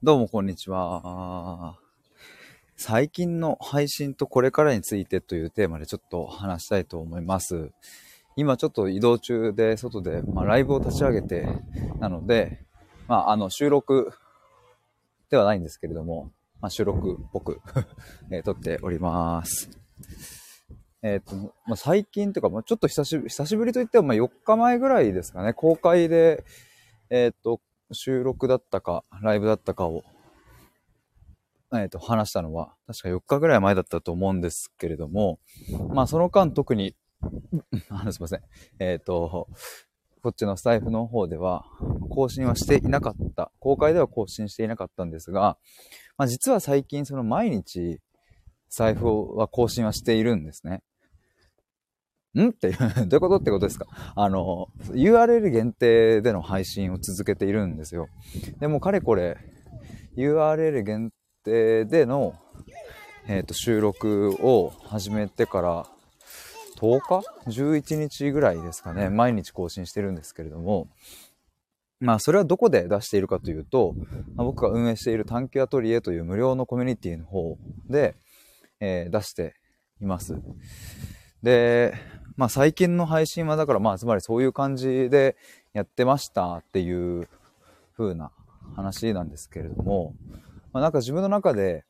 どうもこんにちは。最近の配信とこれからについてというテーマでちょっと話したいと思います。今ちょっと移動中で外で、ライブを立ち上げてなので、収録ではないんですけれども、収録っぽく撮っております。最近というか、ちょっと久しぶりといっても4日前ぐらいですかね、公開で、収録だったかライブだったかを話したのは、確か4日ぐらい前だったと思うんですけれども、その間特に、すいません。こっちのスタイフの方では、更新はしていなかった。公開では更新していなかったんですが、実は最近その毎日、スタイフは更新はしているんですね。っていう、どういうことってことですか。URL 限定での配信を続けているんですよ。でもかれこれ、URL 限定での、収録を始めてから10日 ?11 日ぐらいですかね。毎日更新してるんですけれども、それはどこで出しているかというと、僕が運営している探求アトリエという無料のコミュニティの方で、出しています。で、最近の配信はだからつまりそういう感じでやってましたっていう風な話なんですけれども、なんか自分の中で、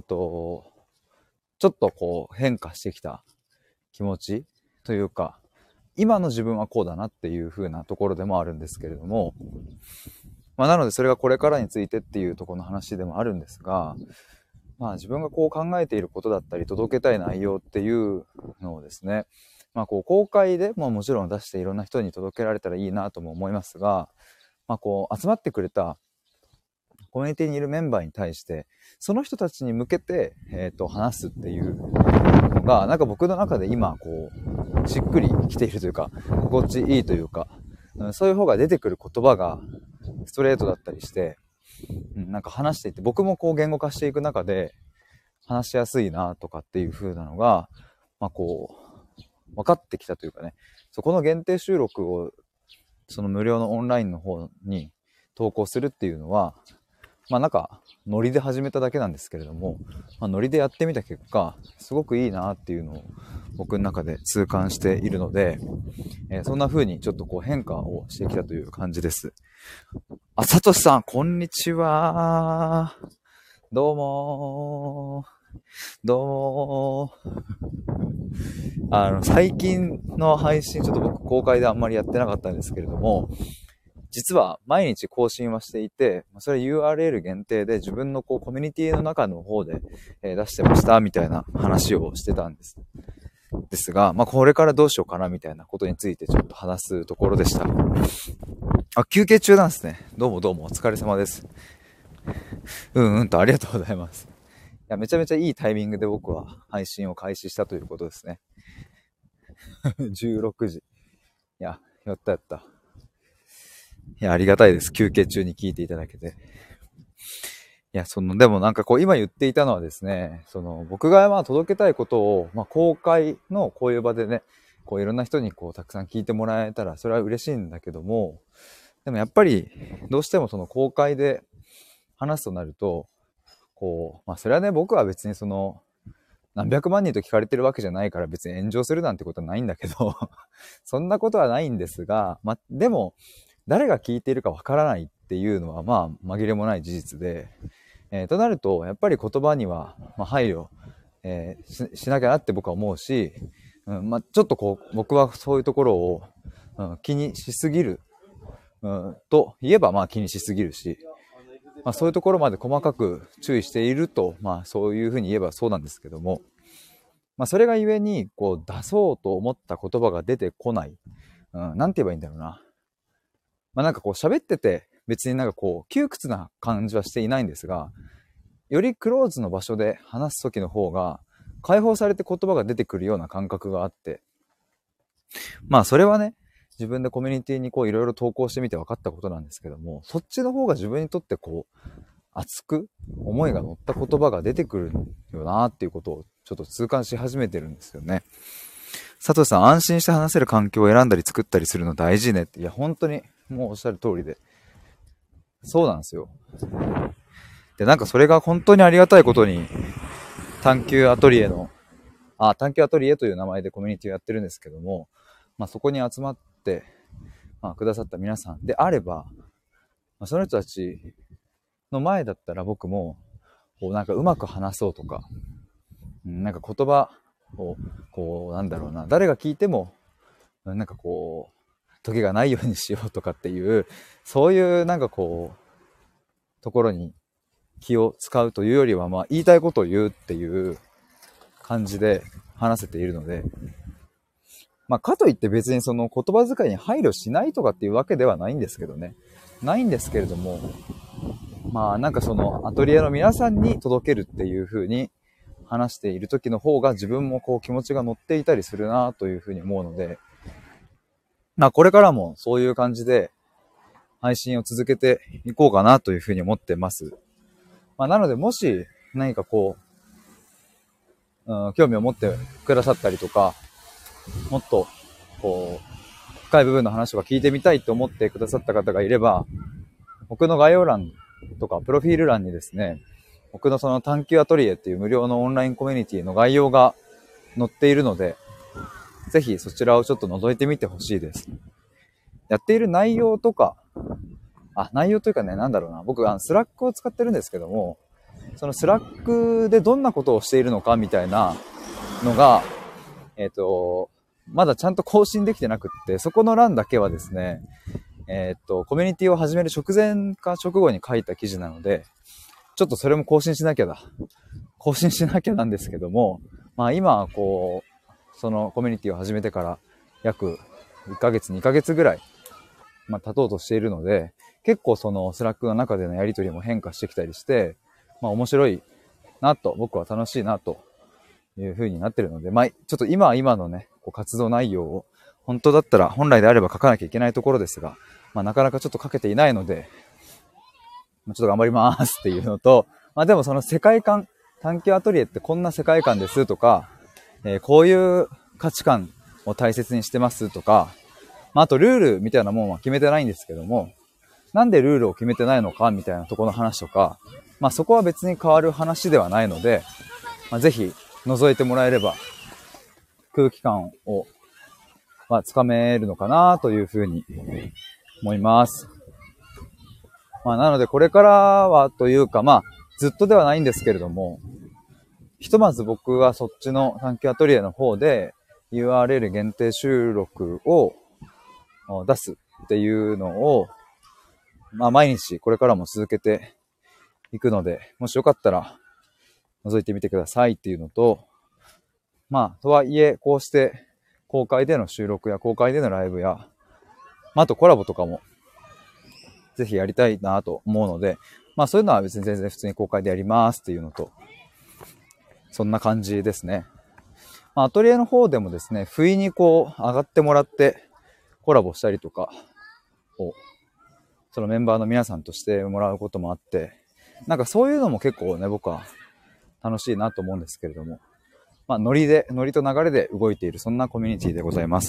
ちょっとこう変化してきた気持ちというか、今の自分はこうだなっていう風なところでもあるんですけれども、なのでそれがこれからについてっていうところの話でもあるんですが、自分がこう考えていることだったり届けたい内容っていうのをですね、こう公開でもちろん出していろんな人に届けられたらいいなとも思いますが、こう集まってくれたコミュニティにいるメンバーに対して、その人たちに向けて、話すっていうのが、なんか僕の中で今、こう、しっくりきているというか、心地いいというか、そういう方が出てくる言葉がストレートだったりして、なんか話していて、僕もこう言語化していく中で、話しやすいなとかっていう風なのが、こう、分かってきたというかね、そこの限定収録を、その無料のオンラインの方に投稿するっていうのは、なんか、ノリで始めただけなんですけれども、ノリでやってみた結果、すごくいいなっていうのを僕の中で痛感しているので、そんな風にちょっとこう変化をしてきたという感じです。さとしさん、こんにちは。どうもどうも最近の配信、ちょっと僕公開であんまりやってなかったんですけれども、実は毎日更新はしていて、それ URL 限定で自分のこうコミュニティの中の方で、出してましたみたいな話をしてたんです。ですが、これからどうしようかなみたいなことについてちょっと話すところでした。休憩中なんですね。どうもどうもお疲れ様です。ありがとうございます。いや、めちゃめちゃいいタイミングで僕は配信を開始したということですね。16時。いや、やったやった。いや、ありがたいです。休憩中に聞いていただけて。いや、でもなんかこう、今言っていたのはですね、僕が届けたいことを、公開のこういう場でね、こういろんな人にこう、たくさん聞いてもらえたら、それは嬉しいんだけども、でもやっぱり、どうしてもその公開で話すとなると、こう、それはね、僕は別に何百万人と聞かれてるわけじゃないから別に炎上するなんてことはないんだけどそんなことはないんですが、でも、誰が聞いているかわからないっていうのは紛れもない事実で、となるとやっぱり言葉には配慮、しなきゃなって僕は思うし、ちょっとこう僕はそういうところを、気にしすぎる、と言えば気にしすぎるし、そういうところまで細かく注意していると、そういうふうに言えばそうなんですけども、それがゆえにこう出そうと思った言葉が出てこない、なんて言えばいいんだろうな。なんかこう喋ってて別になんかこう窮屈な感じはしていないんですが、よりクローズの場所で話す時の方が解放されて言葉が出てくるような感覚があって、それはね、自分でコミュニティにこういろいろ投稿してみて分かったことなんですけども、そっちの方が自分にとってこう熱く思いが乗った言葉が出てくるよなっていうことをちょっと痛感し始めてるんですよね。佐藤さん、安心して話せる環境を選んだり作ったりするの大事ねって。いや、本当にもうおっしゃる通りで。そうなんですよ。 で、なんかそれが本当にありがたいことに、探求アトリエの、探求アトリエという名前でコミュニティをやってるんですけども、そこに集まって、くださった皆さんであれば、その人たちの前だったら僕も、こうなんかうまく話そうとか、なんか言葉を、こうなんだろうな、誰が聞いても、なんかこう、時がないようにしようとかっていう、そういうなんかこう、ところに気を使うというよりは、言いたいことを言うっていう感じで話せているので、かといって別にその言葉遣いに配慮しないとかっていうわけではないんですけどね。ないんですけれども、なんかそのアトリエの皆さんに届けるっていう風に話している時の方が自分もこう気持ちが乗っていたりするなという風に思うので、これからもそういう感じで配信を続けていこうかなという風に思ってます。なのでもし何かこう、興味を持ってくださったりとか、もっとこう深い部分の話とか聞いてみたいと思ってくださった方がいれば、僕の概要欄とかプロフィール欄にですね、僕のその探求アトリエっていう無料のオンラインコミュニティの概要が載っているので、ぜひそちらをちょっと覗いてみてほしいです。やっている内容とか、内容というかね、なんだろうな、僕スラックを使ってるんですけども、そのスラックでどんなことをしているのかみたいなのが、まだちゃんと更新できてなくって、そこの欄だけはですね、コミュニティを始める直前か直後に書いた記事なので、ちょっとそれも更新しなきゃなんですけども、今はこう、そのコミュニティを始めてから約1ヶ月、2ヶ月ぐらい、経とうとしているので、結構そのスラックの中でのやりとりも変化してきたりして、面白いなと、僕は楽しいなという風になってるので、ちょっと今は今のね、こう活動内容を、本当だったら本来であれば書かなきゃいけないところですが、なかなかちょっと書けていないので、ちょっと頑張りますっていうのと、でもその世界観、探求アトリエってこんな世界観ですとか、こういう価値観を大切にしてますとか、あとルールみたいなもんは決めてないんですけども、なんでルールを決めてないのかみたいなところの話とか、そこは別に変わる話ではないので、ぜひ覗いてもらえれば空気感をつかめるのかなというふうに思います。なのでこれからはというか、ずっとではないんですけれども、ひとまず僕はそっちの探求アトリエの方で URL 限定収録を出すっていうのを、毎日これからも続けていくので、もしよかったら覗いてみてくださいっていうのと、とはいえこうして公開での収録や公開でのライブや、あとコラボとかもぜひやりたいなと思うので、そういうのは別に全然普通に公開でやりますっていうのと、そんな感じですね。アトリエの方でもですね、不意にこう上がってもらってコラボしたりとかを、そのメンバーの皆さんとしてもらうこともあって、なんかそういうのも結構ね、僕は楽しいなと思うんですけれども、ノリと流れで動いている、そんなコミュニティでございます。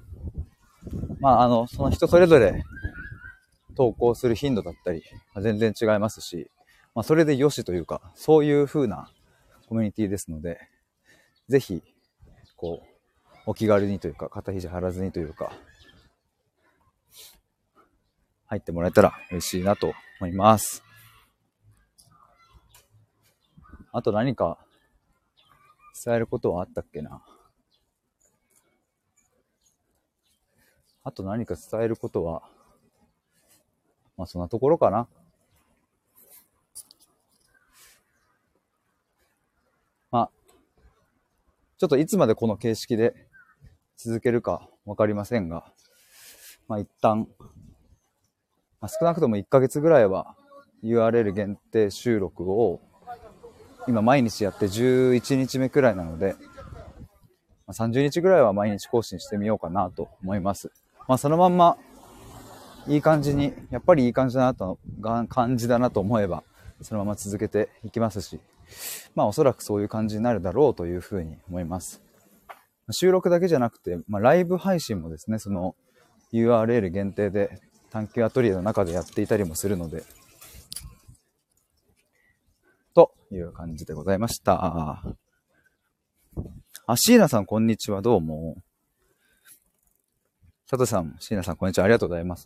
その人それぞれ投稿する頻度だったり、全然違いますし、それで良しというか、そういう風なコミュニティですので、ぜひ、こう、お気軽にというか、肩肘張らずにというか、入ってもらえたら嬉しいなと思います。あと何か伝えることはあったっけな。あと何か伝えることは、そんなところかな。ちょっといつまでこの形式で続けるかわかりませんが、一旦、少なくとも1ヶ月ぐらいは URL 限定収録を今毎日やって11日目くらいなので、30日ぐらいは毎日更新してみようかなと思います。そのまんまいい感じに、やっぱりいい感じだなと思えば、そのまま続けていきますし、おそらくそういう感じになるだろうというふうに思います。収録だけじゃなくて、ライブ配信もですね、その URL 限定で探求アトリエの中でやっていたりもするので、 いう感じでございました。椎名さん、こんにちは。どうも。佐藤さん、椎名さん、こんにちは。ありがとうございます。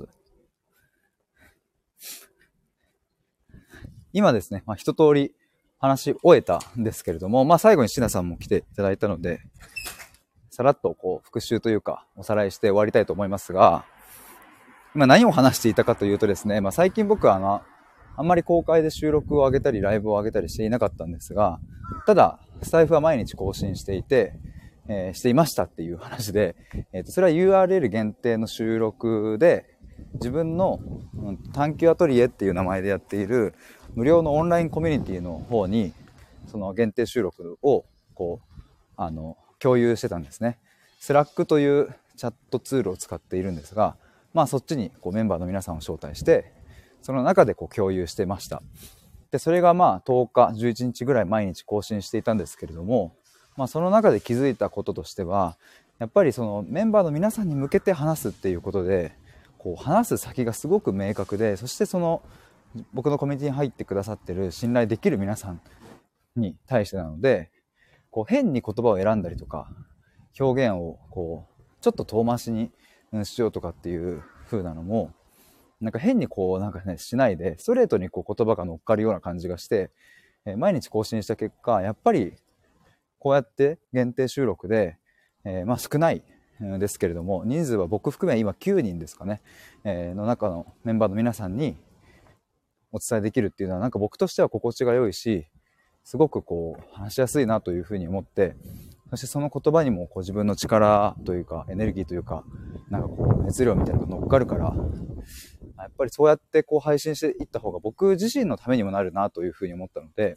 今ですね、一通り話し終えたんですけれども、最後に椎名さんも来ていただいたので、さらっと復習というか、おさらいして終わりたいと思いますが、今何を話していたかというとですね、最近僕はあんまり公開で収録を上げたり、ライブを上げたりしていなかったんですが、ただ、スタイフは毎日更新していて、していましたっていう話で、それは URL 限定の収録で、自分の、探求アトリエっていう名前でやっている無料のオンラインコミュニティの方に、その限定収録を、共有してたんですね。スラックというチャットツールを使っているんですが、そっちにメンバーの皆さんを招待して、その中で共有してました。で、それが10日、11日ぐらい毎日更新していたんですけれども、その中で気づいたこととしては、やっぱりそのメンバーの皆さんに向けて話すっていうことで、話す先がすごく明確で、そしてその僕のコミュニティに入ってくださってる信頼できる皆さんに対してなので、変に言葉を選んだりとか、表現をちょっと遠回しにしようとかっていう風なのも、なんか変にしないで、ストレートに言葉が乗っかるような感じがして、毎日更新した結果、やっぱりこうやって限定収録で、少ないですけれども、人数は僕含め今9人ですかね、の中のメンバーの皆さんにお伝えできるっていうのは、なんか僕としては心地が良いし、すごく話しやすいなというふうに思って、そしてその言葉にも自分の力というかエネルギーというか、なんか熱量みたいなのが乗っかるから、やっぱりそうやって配信していった方が僕自身のためにもなるなというふうに思ったので、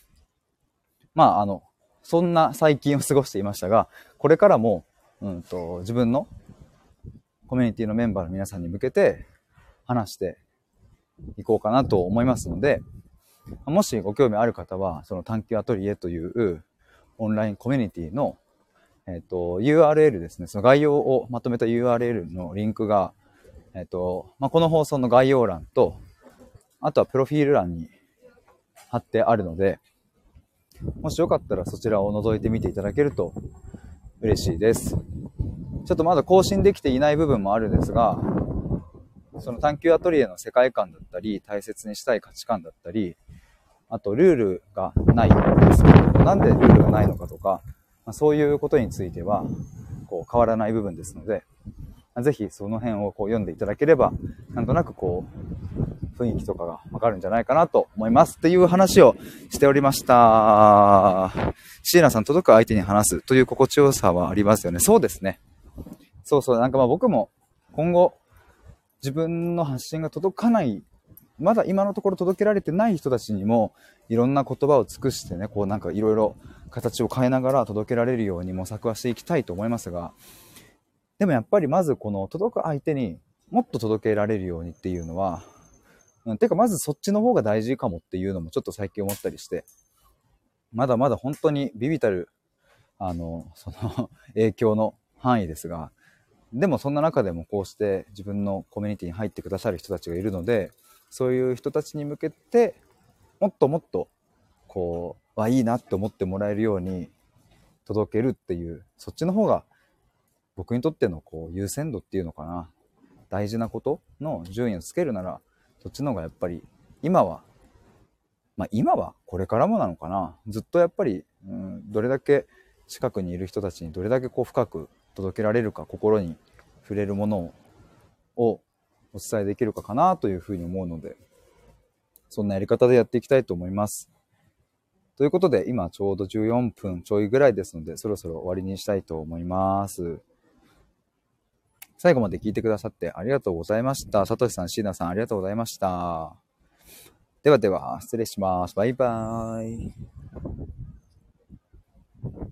そんな最近を過ごしていましたが、これからも、自分のコミュニティのメンバーの皆さんに向けて話していこうかなと思いますので、もしご興味ある方は、その探求アトリエというオンラインコミュニティの、URL ですね、その概要をまとめた URL のリンクが、この放送の概要欄と、あとはプロフィール欄に貼ってあるので、もしよかったらそちらを覗いてみていただけると嬉しいです。ちょっとまだ更新できていない部分もあるんですが、その探求アトリエの世界観だったり、大切にしたい価値観だったり、あとルールがないんですけど、なんでルールがないのかとか、そういうことについては変わらない部分ですので、ぜひその辺を読んでいただければ、なんとなく雰囲気とかがわかるんじゃないかなと思いますっていう話をしておりました。椎名さん、届く相手に話すという心地よさはありますよね。そうですね。そうそう、なんか僕も今後自分の発信が届かない、まだ今のところ届けられてない人たちにもいろんな言葉を尽くしてね、なんかいろいろ形を変えながら届けられるように模索はしていきたいと思いますが、でもやっぱりまず届く相手にもっと届けられるようにっていうのは、てかまずそっちの方が大事かもっていうのもちょっと最近思ったりして、まだまだ本当にビビたるその影響の範囲ですが、でもそんな中でもこうして自分のコミュニティに入ってくださる人たちがいるので、そういう人たちに向けてもっともっといいなって思ってもらえるように届けるっていう、そっちの方が僕にとっての優先度っていうのかな、大事なことの順位をつけるなら、そっちの方がやっぱり今はこれからもなのかな、ずっとやっぱり、どれだけ近くにいる人たちにどれだけ深く届けられるか、心に触れるものをお伝えできるかなというふうに思うので、そんなやり方でやっていきたいと思います。ということで、今ちょうど14分ちょいぐらいですので、そろそろ終わりにしたいと思います。最後まで聞いてくださってありがとうございました。さとしさん、椎名さん、ありがとうございました。ではでは、失礼します。バイバーイ。